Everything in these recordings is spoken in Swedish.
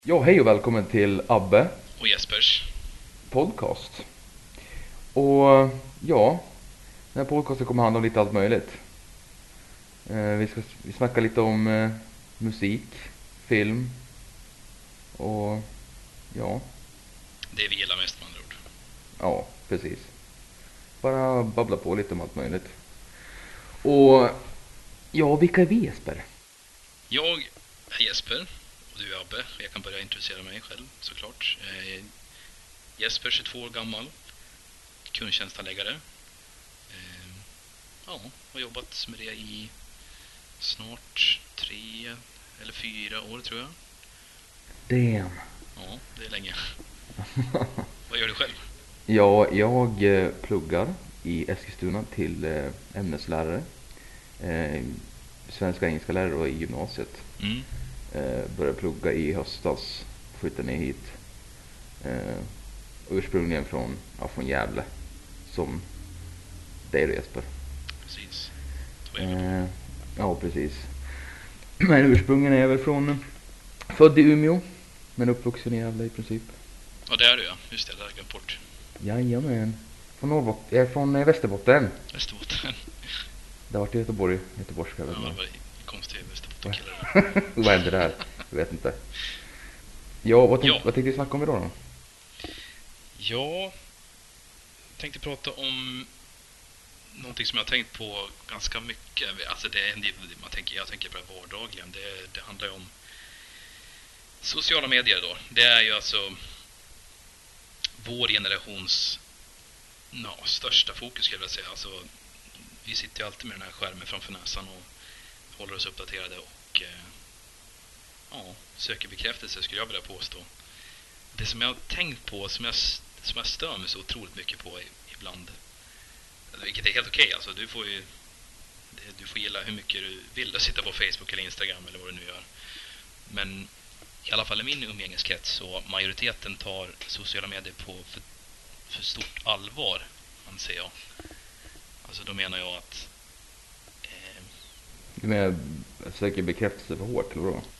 Ja, hej och välkommen till Abbe Och Jespers. podcast. Och ja, den här podcasten kommer handla om lite allt möjligt. Vi snackar lite om musik, film och ja, Det vi gillar mest med andra ord. ja, precis. Bara babbla på lite om allt möjligt. Och ja, vilka är vi, Jesper? Jag är Jesper och du är Abbe. Jag kan börja introducera mig själv såklart. Jesper, 22 år gammal. Kundtjänsthandläggare. Ja, har jobbat med det i snart 3 eller 4 år tror jag. Damn. Ja, det är länge. Vad gör du själv? Ja, jag pluggar i Eskilstuna till ämneslärare. Svenska och engelska lärare då i gymnasiet. Mm. Började plugga i höstas, flyttade ner hit. Ursprungligen från Gävle, som dig då, Jesper. Precis. Vad gör du? Ja, precis. Men ursprungligen är jag väl född i Umeå, men uppvuxen i Gävle i princip. Ja, det är du ja. Just det, det har jag glömt bort. Jajamän. Jag är från Västerbotten. Västerbotten. Det har varit i Göteborgska. Ja, det var konstigt Västerbottenkillar. Vad hände där? Jag vet inte. Ja, vad Ja. tänkte vi snacka om idag då? Jag tänkte prata om någonting som jag har tänkt på ganska mycket. Alltså jag tänker på det vardagligen. Det handlar ju om sociala medier då. Det är ju alltså vår generations största fokus skulle jag vilja säga. Alltså, vi sitter ju alltid med den här skärmen framför näsan och håller oss uppdaterade och söker bekräftelse skulle jag vilja påstå. Det som jag har tänkt på, som jag stör mig så otroligt mycket på ibland, vilket är helt okej, alltså du får gilla hur mycket du vill att sitta på Facebook eller Instagram eller vad du nu gör. Men i alla fall i min umgängeskrets så majoriteten tar sociala medier på för stort allvar, anser jag. Alltså då menar jag att Du menar söker bekräftelse för hårt, eller vadå?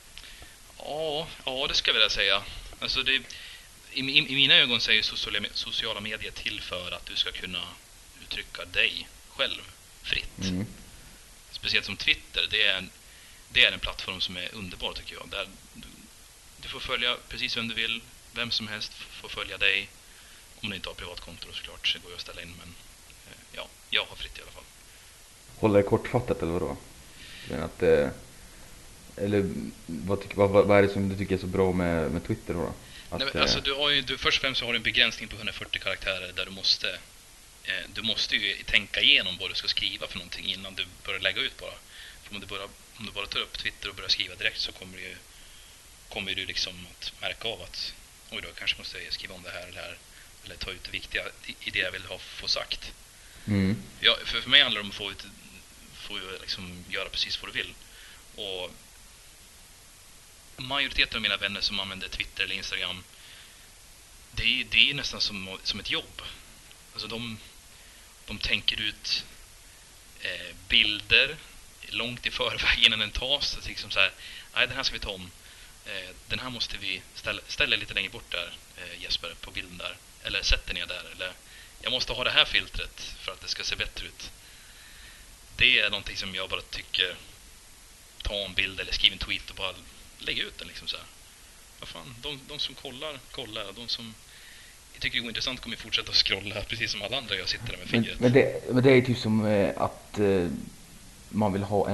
ja, det ska jag vilja säga. Alltså i mina ögon så är ju sociala medier till för att du ska kunna uttrycka dig själv fritt. Mm. Speciellt som Twitter, det är en plattform som är underbar tycker jag. Där du får följa precis vem du vill, vem som helst får följa dig. Om du inte har privatkonto såklart, så går jag att ställa in. Men ja, jag har fritt i alla fall. Hålla det kortfattat, eller vadå? Men att, eller vad är det som du tycker är så bra med Twitter då? Att, Nej, men, alltså, först och främst så har du en begränsning på 140 karaktärer där du måste ju tänka igenom vad du ska skriva för någonting innan du börjar lägga ut bara. För om du bara tar upp Twitter och börjar skriva direkt så kommer du liksom att märka av att oj då, kanske måste jag skriva om det här eller ta ut det viktiga i det jag vill få sagt. Mm. Ja, för mig handlar det om att få liksom göra precis vad du vill. Och majoriteten av mina vänner som använder Twitter eller Instagram, det är nästan som ett jobb. Alltså de tänker ut bilder långt i förväg innan den tas. Liksom så här, nej, den här ska vi ta om. Den här måste vi ställa lite längre bort där, Jesper, på bilden där. Eller sätt den ner där. Eller jag måste ha det här filtret för att det ska se bättre ut. Det är någonting som jag bara tycker, ta en bild eller skriva en tweet och bara lägga ut den liksom så här. Vad fan, de som kollar. De som jag tycker det är intressant kommer fortsätta att scrolla precis som alla andra. Jag sitter där med fingret. Men det är typ som att man vill ha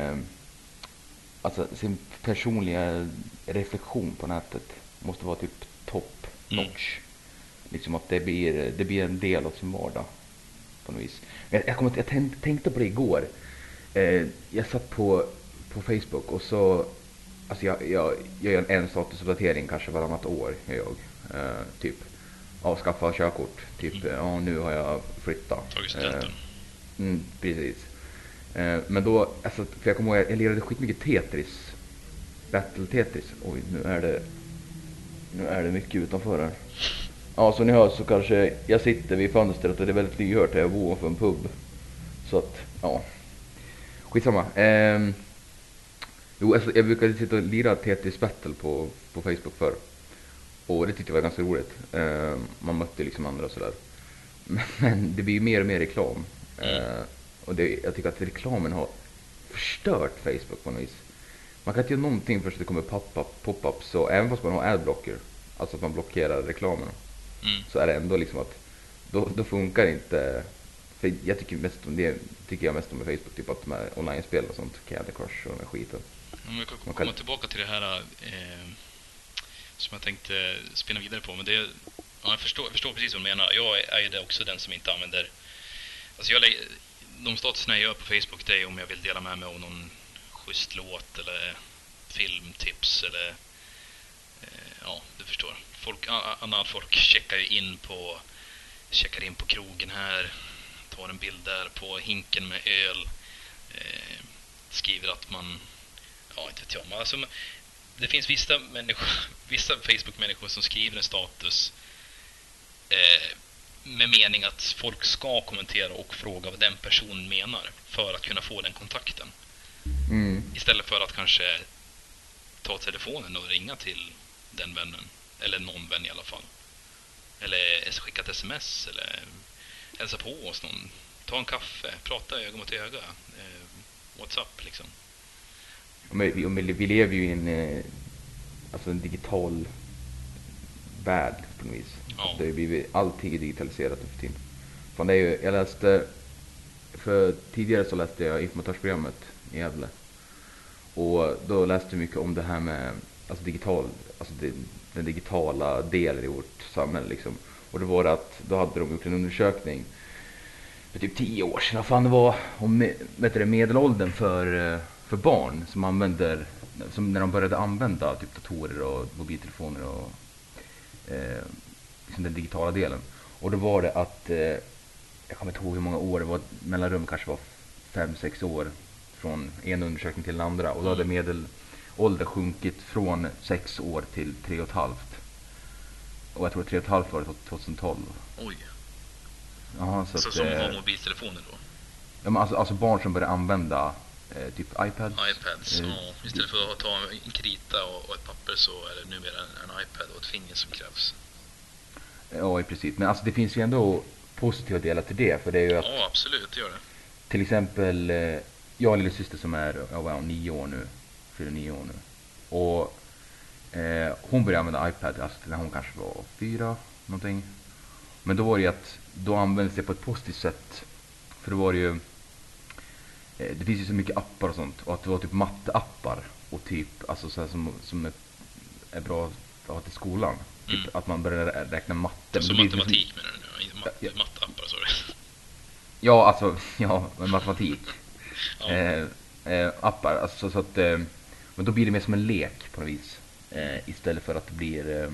alltså sin personliga reflektion på nätet måste vara typ top notch. Liksom att det blir en del av sin vardag på något vis. Jag tänkte på det igår. Jag satt på Facebook och så alltså jag gör en statusuppdatering kanske varannat år gör jag. Typ avskaffa körkort. Typ ja, nu har jag flyttat. Tagit studenten. Precis. Men då alltså, för jag kommer ihåg jag lirade skitmycket Tetris. Battle Tetris. Oj, nu är det mycket utanför här. Ja, så ni hör så kanske jag sitter vid fönstret och det är väldigt lyhört här. Jag bor för en pub. Så att, ja. Skitsamma. Jo, alltså, jag brukade sitta och lira Tetris Battle på Facebook förr. Och det tyckte jag var ganska roligt. Man mötte liksom andra och sådär. Men det blir ju mer och mer reklam. Och jag tycker att reklamen har förstört Facebook på något vis. Man kan inte göra någonting förrän det kommer pop-up. Så även fast man har adblocker, alltså att man blockerar reklamen, så är det ändå liksom att då funkar inte. För jag tycker mest om det, tycker jag mest om med Facebook, typ att de här online-spel och sånt, Candy Crush och den här skiten. Om vi kan komma tillbaka till det här som jag tänkte spinna vidare på, men det, ja, jag förstår precis vad du menar. Jag är ju också den som inte använder, alltså de statuserna jag gör på Facebook, det är om jag vill dela med mig av någon schysst låt eller filmtips eller ja, du förstår. Folk checkar in på krogen här, tar en bild där på hinken med öl, skriver att man, ja, inte vet jag, men alltså, det finns vissa Facebook-människor som skriver en status med mening att folk ska kommentera och fråga vad den personen menar för att kunna få den kontakten. Istället för att kanske ta telefonen och ringa till den vännen, eller någon vän i alla fall. Eller skicka ett sms, eller hälsa på oss någon. Ta en kaffe, prata öga mot öga. WhatsApp liksom. Vi lever ju i en digital värld på något vis. Ja. Det blir allting är digitaliserat för tiden. Fan, det är ju, jag läste tidigare så läste jag informatörsprogrammet i Gävle. Och då läste jag mycket om det här med den digitala delen i vårt samhälle liksom. Och det var att då hade de gjort en undersökning för typ 10 år sedan. Fan, det var om medelåldern för barn som när de började använda typ datorer och mobiltelefoner och liksom den digitala delen. Och då var det att jag kommer inte ihåg hur många år det var, mellanrum kanske var 5-6 år från en undersökning till den andra, och då hade medelålder sjunkit från 6 år till 3,5. Och jag tror 3,5 var det 2012. Oj. Jaha, så som har mobiltelefoner då? Ja, men alltså barn som börjar använda typ iPads. Ja. Istället för att ta en krita och ett papper så är det numera en iPad och ett finger som krävs. Ja, i princip. Men alltså det finns ju ändå positiva delar till det. För det är ju att, ja, absolut, det gör det. Till exempel, jag har en lillasyster som är 9 år nu. Fyller 9 år nu. Och hon började använda iPad alltså när hon kanske var 4 någonting. Men då var det ju att då användes det på ett positivt sätt. För då var det ju det finns ju så mycket appar och sånt, och att det var typ matteappar och typ alltså så här som är bra att ha till skolan. Typ att man börjar räkna matte. Så matematik menar du nu? Matteappar, sorry. Ja, alltså matematik. Ja. Appar, alltså så att men då blir det mer som en lek på något vis. Istället för att det blir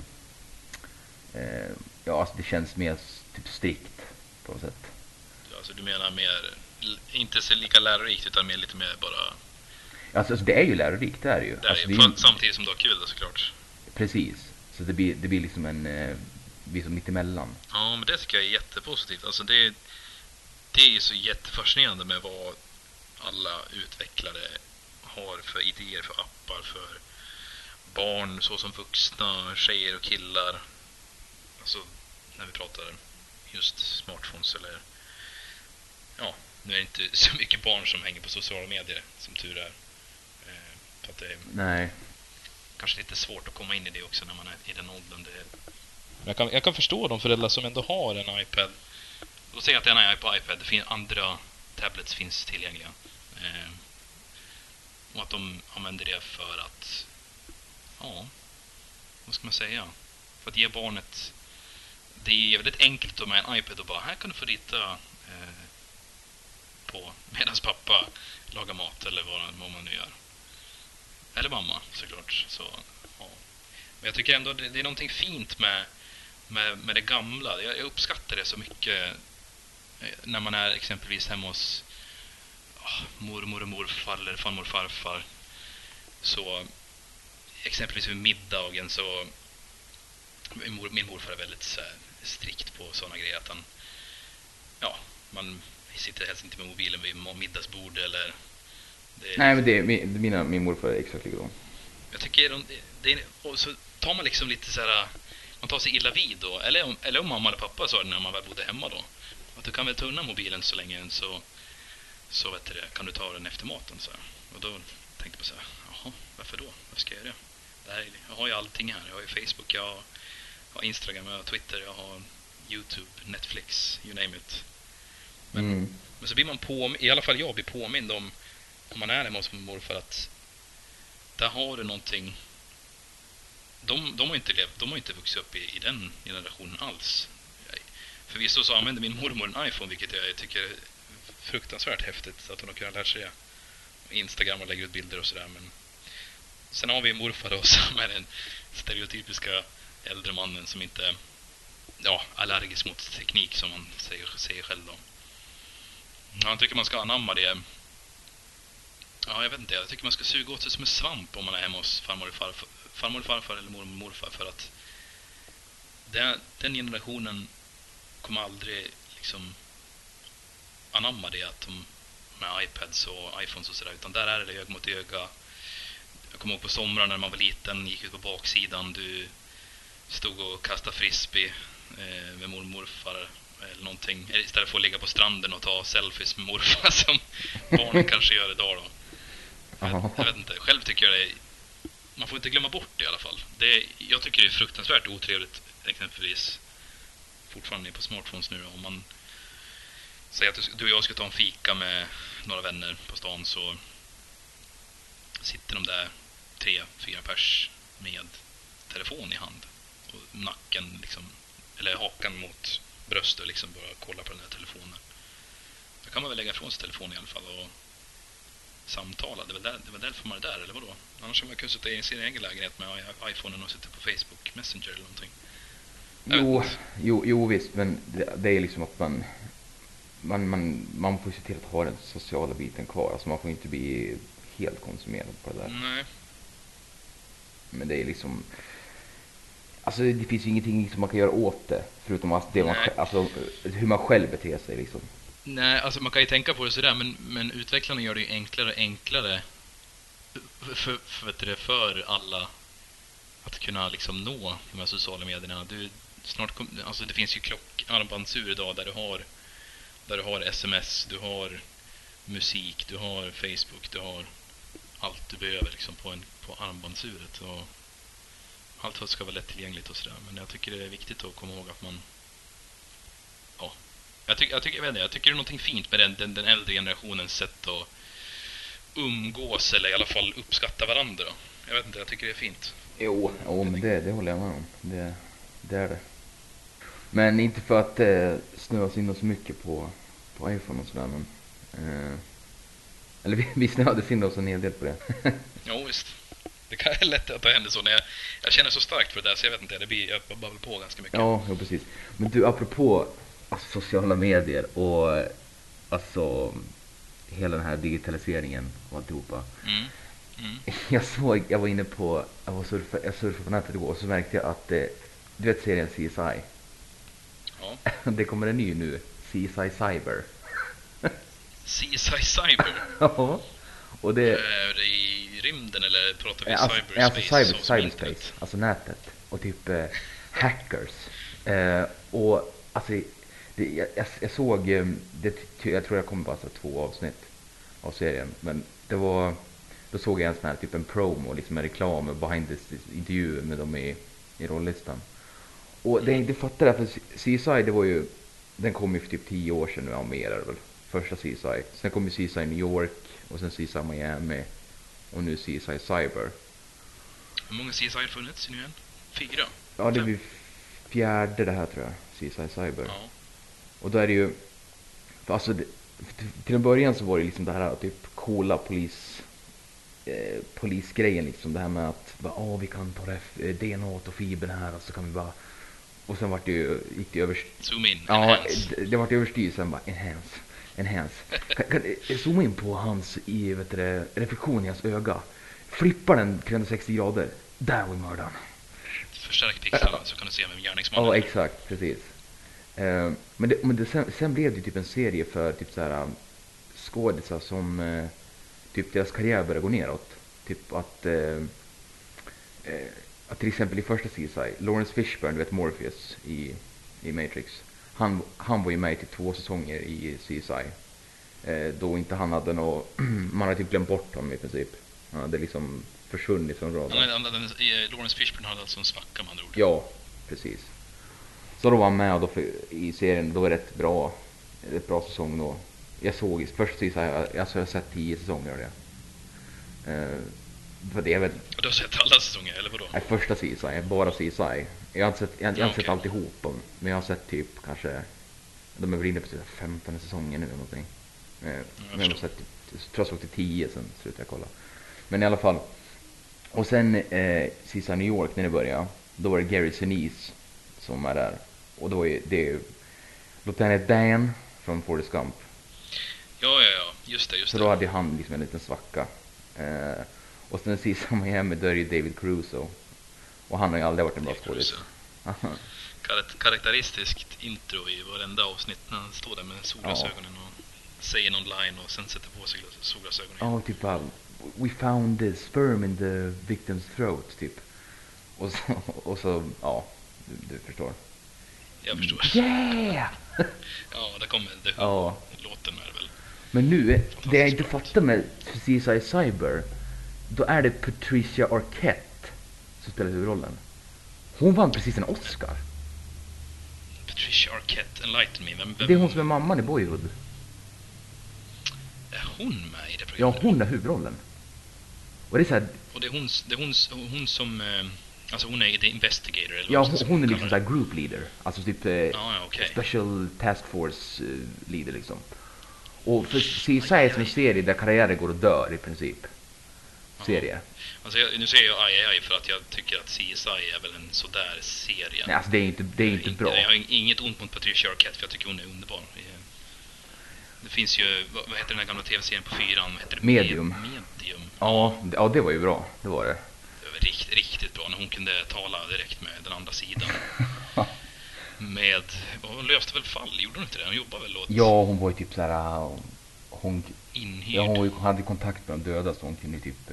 ja, alltså det känns mer typ strikt på något sätt. Ja, alltså du menar mer inte så lika lärorikt utan mer lite mer bara. Alltså det är ju lärorikt, det är det ju. Det är alltså, ju samtidigt som du har kul då, såklart. Precis. Så det blir liksom blir som mitt emellan. Ja, men det tycker jag är jättepositivt. Alltså det är ju så jättefascinerande med vad alla utvecklare har för idéer för appar för barn så som vuxna, tjejer och killar. Alltså när vi pratar just smartphones eller ja, nu är det inte så mycket barn som hänger på sociala medier som tur är. För att det är Nej. kanske lite svårt att komma in i det också när man är i den åldern. Jag kan förstå de föräldrar som ändå har en iPad. Då säger jag att den är på iPad. Det finns andra tablets finns tillgängliga. Och att de använder det för att ja, vad ska man säga? För att ge barnet, det är väldigt enkelt att med en iPad och bara här kan du få rita på medan pappa lagar mat eller vad man nu gör. Eller mamma såklart. Så, ja. Men jag tycker ändå det är någonting fint med det gamla. Jag uppskattar det så mycket när man är exempelvis hemma hos mormor och morfar eller farmor och farfar. Så exempelvis vid middagen så min morfar är väldigt så här, strikt på sådana grejer att man sitter helst inte med mobilen vid middagsbord eller Nej, men min morfar är exakt likadan. Jag tycker och så tar man liksom lite så här, man tar sig illa vid då, eller om mamma eller pappa sa det när man väl bodde hemma då, att du kan väl ta undan mobilen så länge, så vet du det, kan du ta den efter maten så här. Och då tänkte jag så här, jaha, varför då? Varför ska jag göra det? Jag har ju allting här. Jag har ju Facebook, jag har Instagram, jag har Twitter, jag har YouTube, Netflix, you name it. Men så blir man i alla fall jag blir påmind om man är hemma hos morfar, att där har du någonting. De har inte vuxit upp i den generationen alls. Förvisso så använder min mormor en iPhone, vilket jag tycker är fruktansvärt häftigt att hon har kunnat lära sig det. Instagram och lägger ut bilder och sådär. Men sen har vi morfar då, som är den stereotypiska äldre mannen som inte är allergisk mot teknik, som man säger själv då. Jag tycker man ska anamma det. Ja, jag vet inte. Jag tycker man ska suga åt sig som en svamp om man är hemma hos farmor och farfar eller mormor och morfar, för att den generationen kommer aldrig liksom anamma det, att de med iPads och iPhones och sådär, utan där är det öga mot öga. Jag kommer ihåg på somrarna när man var liten, gick ut på baksidan, du stod och kastade frisbee med mormor och morfar eller någonting, istället för att ligga på stranden och ta selfies med morfar som barnen kanske gör idag då. Jag vet inte, själv tycker jag man får inte glömma bort det i alla fall. Jag tycker det är fruktansvärt otrevligt, exempelvis fortfarande på smartphones nu då, om man säger att du och jag ska ta en fika med några vänner på stan, så sitter de där 3-4 pers med telefon i hand och nacken liksom, eller hakan mot bröstet, liksom bara kolla på den här telefonen. Då kan man väl lägga ifrån sig telefonen i alla fall och samtala. Det var därför man är där, eller vadå? Annars kan man kunna sitta i sin egen lägenhet med iPhonen och sitta på Facebook Messenger eller någonting. Jo visst, men det är liksom att man får se till att ha den sociala biten kvar. Alltså man får inte bli helt konsumerad på det där. Nej. Men det är liksom, alltså det finns ju ingenting som man kan göra åt det, förutom att hur man själv beter sig liksom. Nej, alltså man kan ju tänka på det sådär, men utvecklarna gör det ju enklare och enklare för alla att kunna liksom nå de här sociala medierna. Alltså det finns ju armbandsur idag där du har SMS, du har musik, du har Facebook, du har allt du behöver liksom på armbandsuret, och allt ska vara lättillgängligt och sådär. Men jag tycker det är viktigt att komma ihåg att man jag tycker det är någonting fint med den äldre generationens sätt att umgås, eller i alla fall uppskatta varandra. Jag vet inte, jag tycker det är fint. Jo, men det håller jag med om. Det är det. Men inte för att snöas in så mycket på iPhone och sådär, men eller vi snöades in oss en hel del på det. Jo, visst. Det kan är lätt att det händer så när jag känner så starkt för det där, så jag vet inte, jag babblar på ganska mycket. Ja, precis. Men du, apropå sociala medier och alltså hela den här digitaliseringen och alltihopa. Jag var inne på, jag surfade på nätet igår, och så märkte jag att du vet serien CSI. Ja. Det kommer en ny nu, CSI Cyber. CSI Cyber? Ja. Och det är det i rymden, eller pratar vi cyberspace? Alltså cyberspace, alltså nätet, och typ hackers. Och alltså jag såg jag tror jag kommer bara så 2 avsnitt av serien, men då såg jag en sån här typ en promo, liksom en reklam och behind the intervju med dem i rollistan. Och det fattar jag, för CSI, det var ju, den kom ju för typ 10 år sedan nu, mer är det väl, första CSI. Sen kom ju CSI New York, och sen CSI Miami, och nu CSI Cyber. Hur många CSI har funnits nu igen? 4? Ja, det blir 4:e det här, tror jag, CSI Cyber. Ja. Och då är det ju, alltså till en början så var det liksom det här typ coola polisgrejen, liksom det här med att vi kan ta det DNA och fibern här, och så kan vi bara, och sen gick det över, zoom in, enhance. Det var överstyr, sen bara enhance. Kan zooma in på hans reflektion i hans öga, flippar den 360 grader, där var mördaren. Förstärk pixlarna så kan du se med gärningsmannen. Ja, exakt, precis. Men sen blev det typ en serie för typ så här skådisar som typ deras karriär börjar gå neråt. Typ att till exempel i första CSI, Lawrence Fishburne, du vet Morpheus i Matrix. Han var ju med i typ 2 säsonger i CSI. Då inte han hade man hade typ glömt bort honom i princip. Han hade liksom försvunnit från radarn. Lawrence Fishburne hade alltså en svacka med andra ord. Ja, precis. Så då var han med och då i serien, då var det ett bra säsong då. Jag såg först CSI, jag har sett 10 säsonger av det. För det är väl... Och du har sett alla säsonger, eller vadå? Nej, första CSI, bara CSI. Jag har inte sett alltihop dem, men jag har sett typ kanske... De är väl inne på 15 säsonger nu eller någonting. Men jag har sett, jag tror jag såg till 10 sen slutade jag kolla. Men i alla fall. Och sen CSI New York när det började, då var det Gary Sinise som är där. Och då är det Lieutenant Dan från Forrest Gump. Ja, just det. Så då hade han liksom en liten svacka. Och sen CSI Miami, då är det ju David Caruso. Och han har ju aldrig varit en bra skådis. Karaktäristiskt intro i varenda avsnitt när han står där med solglasögonen och säger någon line och sen sätter på sig solglasögonen. Ja, typ we found the sperm in the victim's throat, typ. Och så ja, du förstår. Jag förstår. Yeah! Ja, där kommer det. Ja. Låten är väl. Men nu, det jag inte fattar med CSI Cyber, då är det Patricia Arquette som spelar huvudrollen. Hon vann precis en Oscar. Patricia Arquette, enlighten me. Vem? Det är hon som är mamman i Boyhood. Är hon med i det programmet? Ja, hon är huvudrollen. Och det är så här... Och det är hon som... Alltså hon är the investigator eller ja, hon är liksom så här group leader. Alltså typ okay. Special Task Force leader liksom. Och för CSI är som en serie där karriärer går och dör i princip. Serie. Alltså nu säger jag aj för att jag tycker att CSI är väl en sådär serie. Nej, alltså det är inte bra. Jag har inget ont mot Patricia Arquette för jag tycker hon är underbar. Det finns ju, vad heter den här gamla tv-serien på 4:an? Heter det Medium. Medium. Ja, det var ju bra. Det var det. Det var riktigt bra när hon kunde tala direkt med den andra sidan. Hon löste väl fall, gjorde hon inte det? Hon jobbade väl åt... Ja, hon var ju typ så här... Inhyrd. Ja, hon hade kontakt med de döda, så hon kunde typ...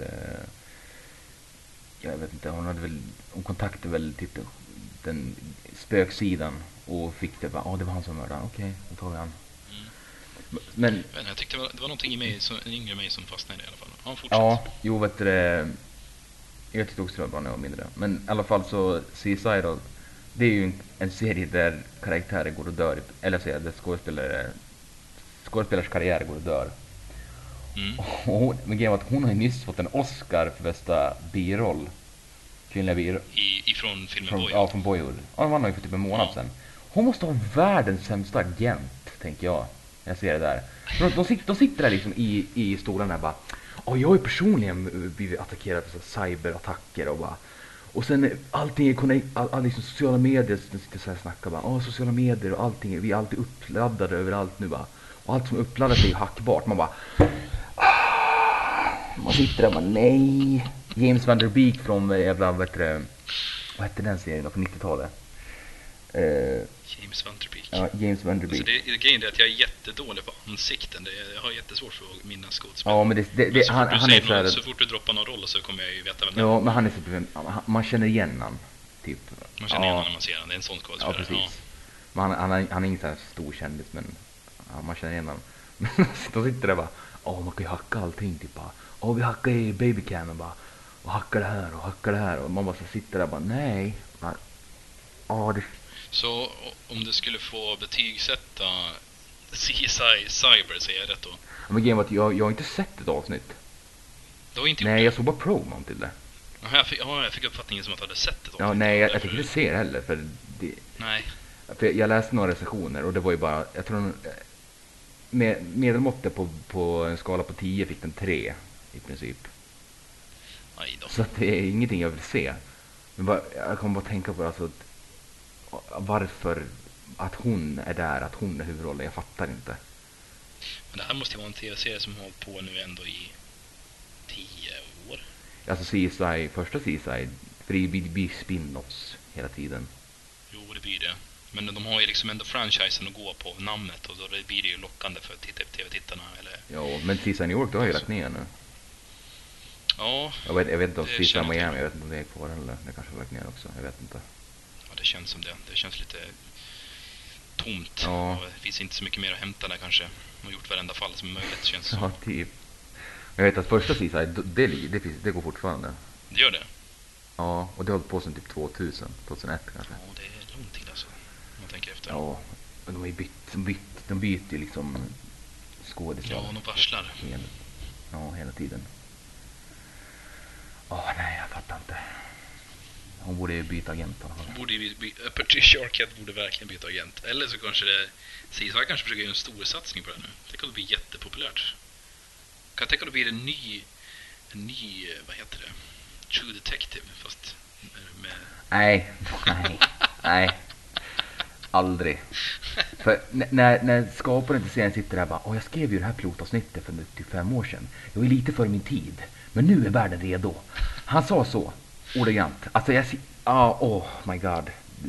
jag vet inte, hon kontaktade väl typ den spöksidan och fick det bara, det var han som mördade. Okej, då tar vi han. Men jag tyckte det var någonting i mig, en yngre mig som fastnade i alla fall. Ja, fortsätt. Ja, jo, vet du, jag tyckte också det var bra när jag var mindre. Men i alla fall så CSI då, det är ju en serie där karaktärer går och dör. Eller så är det skådespelars karriär går och dör. Men grejen var att hon har nyss fått en Oscar för bästa biroll. Kvinnliga biroll. Ifrån filmen Boyhood? Ja, från Boyhood. Ja, den vann ju för typ en månad sedan. Hon måste ha världens sämsta agent, tänker jag. Jag ser det där. De sitter där liksom i stolarna och bara... jag har ju personligen blivit attackerad av cyberattacker och bara... Och sen allting är liksom sociala medier, de sitter så här och snackar bara, sociala medier och allting, vi är alltid uppladdade överallt nu bara. Och allt som är uppladdat är ju hackbart. Man bara... Man sitter där och bara, nej. James Van Der Beek från jävla, vad hette den serien då, på 90-talet? James Van Der Beek. Ja, James Van Der Beek. Alltså grejen är att jag är jättedålig på ansikten. Jag har jättesvårt för att minnas skådespel. Ja, men han är så här... Så fort du droppar någon roll så kommer jag ju veta vem det är. Ja, men han är så... Man känner igen han, typ. Man känner igen han när man ser han. Det är en sån skådespelare. Ja, precis. Men han är ingen så här stor kändis, men man känner igen han. De sitter där bara, man kan ju hacka allting, typ bara. Vi hackar i babycamen bara. Och hackar det här. Och man bara så sitter där bara, nej. Det... Så om du skulle få betygsätta CSI Cyber, säger jag rätt då? Ja, men grejen var att jag har inte sett ett avsnitt. Du har inte Nej, gjort jag såg bara promon till det. Jag fick uppfattningen som att du hade sett ett avsnitt. Ja, nej, jag fick inte se det heller. För det... Nej. För jag läste några recensioner och det var ju bara... Jag tror medelmåttet på en skala på 10 fick den 3 i princip. Aj då. Så att det är ingenting jag vill se. Men jag kommer bara tänka på alltså, varför att hon är där, att hon är huvudrollen. Jag fattar inte. Men det här måste ju vara en tv-serie som har hållit på nu ändå i 10 år. Alltså CSI, första CSI, för det blir spin-offs hela tiden. Jo, det blir det. Men de har ju liksom ändå franchisen att gå på, namnet, och då blir det ju lockande för tv-tittarna. Eller... Ja, men CSI New York, då har jag lagt ner nu. Ja, Jag vet inte om det Sista känner jag Miami, till. jag vet inte om det är kvar eller det kanske har lagt ner också, jag vet inte. Ja, det känns som det. Det känns lite tomt. Ja. Och det finns inte så mycket mer att hämta där kanske. De har gjort varenda fall som är möjligt, känns som. Ja, typ. Jag vet att första Seaside, det går fortfarande. Det gör det? Ja, och det har hållit på sedan typ 2001 kanske. Ja, det är lång tid alltså. Om man tänker efter. Ja, och de byter ju liksom skådisar. Ja, de varslar. Hela tiden. Nej, jag fattar inte. Hon borde ju byta agent i alla fall. Patricia Arquette borde verkligen byta agent. Eller så kanske CSI kanske försöker göra en stor satsning på det nu. Tänk om det blir jättepopulärt. Kan jag tänka att det blir en ny, vad heter det? True Detective, fast med... Nej. Aldrig. För när skaparen till serien sitter där bara, jag skrev ju det här pilotavsnittet för typ 5 år sedan. Jag är lite för min tid. Men nu är världen redo. Han sa så. Ordagrant. Alltså oh my god.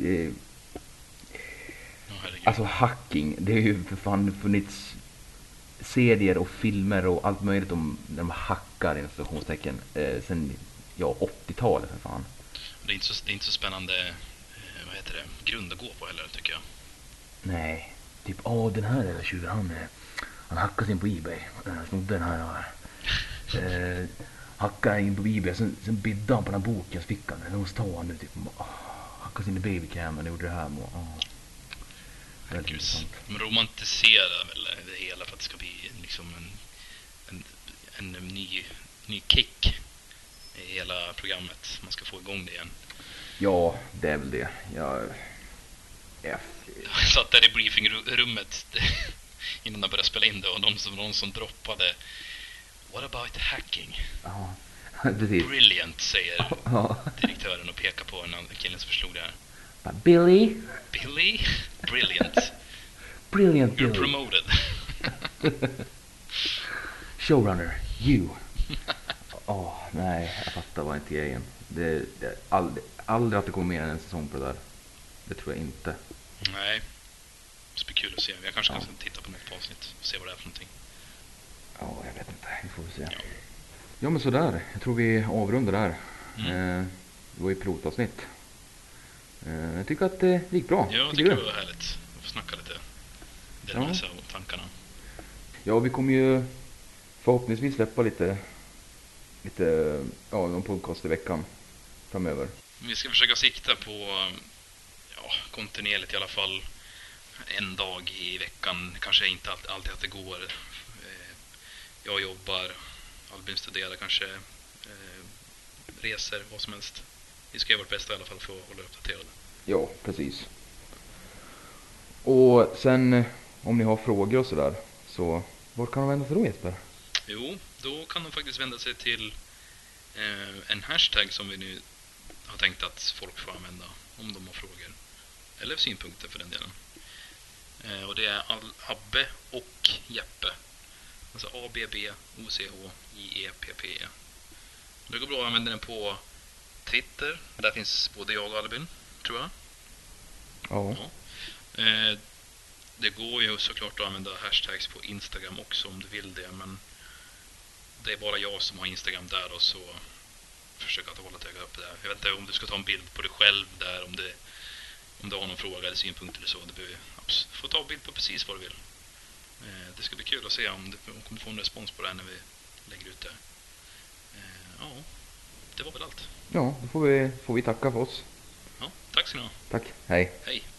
Alltså hacking. Det är ju för fan funnits serier och filmer och allt möjligt om när de hackar i situationstecken sen 80-talet för fan. Det är inte så spännande vad heter det? Grund att gå på heller, tycker jag. Nej. Typ, den här är tjuren, han hackade in på eBay. Snodde den här. Hackade in på eBay. Sen bidde han på den här boken. Så fick han den. Och så tar han nu typ. Hackade in i babycam. Och gjorde det här. De romantiserar väl det hela för att det ska bli liksom en ny kick i hela programmet. Man ska få igång det igen. Ja, det är väl det. Jag satt där i briefingrummet innan de började spela in det och någon som droppade "What about hacking?" Ja, precis. Brilliant, säger direktören och pekar på en killen som förslog det här. Billy? Brilliant. Brilliant You're Billy. promoted. Showrunner, you. Nej, jag fattar vad inte grejen. Det aldrig att det kommer mer än en säsong på det där. Det tror jag inte. Nej. Det blir kul att se. Jag kanske kan titta på något avsnitt och se vad det är för någonting. Ja, jag vet inte. Vi får se. Ja, men sådär. Jag tror vi avrundar där. Det var ju pilotavsnitt. Jag tycker att det gick bra. Ja, jag tycker det var härligt. Jag får snacka lite. Det med sig och tankarna. Ja, vi kommer ju förhoppningsvis släppa lite någon podcast i veckan framöver. Vi ska försöka sikta på kontinuerligt i alla fall en dag i veckan. Kanske inte alltid att det går. Jag jobbar, Albin studerar, kanske reser, vad som helst. Vi ska göra vårt bästa i alla fall för att hålla uppdaterade. Ja, precis. Och sen om ni har frågor och sådär, så vart kan de vända sig då, Jesper? Jo, då kan de faktiskt vända sig till en hashtag som vi nu har tänkt att folk får använda om de har frågor. Eller synpunkter för den delen. Och det är Abbe och Jeppe. Alltså ABBOCHJEPPE. Det går bra att använda den på Twitter. Där finns både jag och Albin, tror jag. Ja. Det går ju såklart att använda hashtags på Instagram också om du vill det. Men det är bara jag som har Instagram där, och så försöka att hålla täga upp det där. Jag vet inte om du ska ta en bild på dig själv där, om du har någon fråga eller synpunkt eller så. Du får ta en bild på precis vad du vill. Det ska bli kul att se om du kommer få en respons på det här när vi lägger ut det. Ja, det var väl allt. Ja, då får vi tacka för oss. Ja, tack så mycket. Tack, hej. Hej.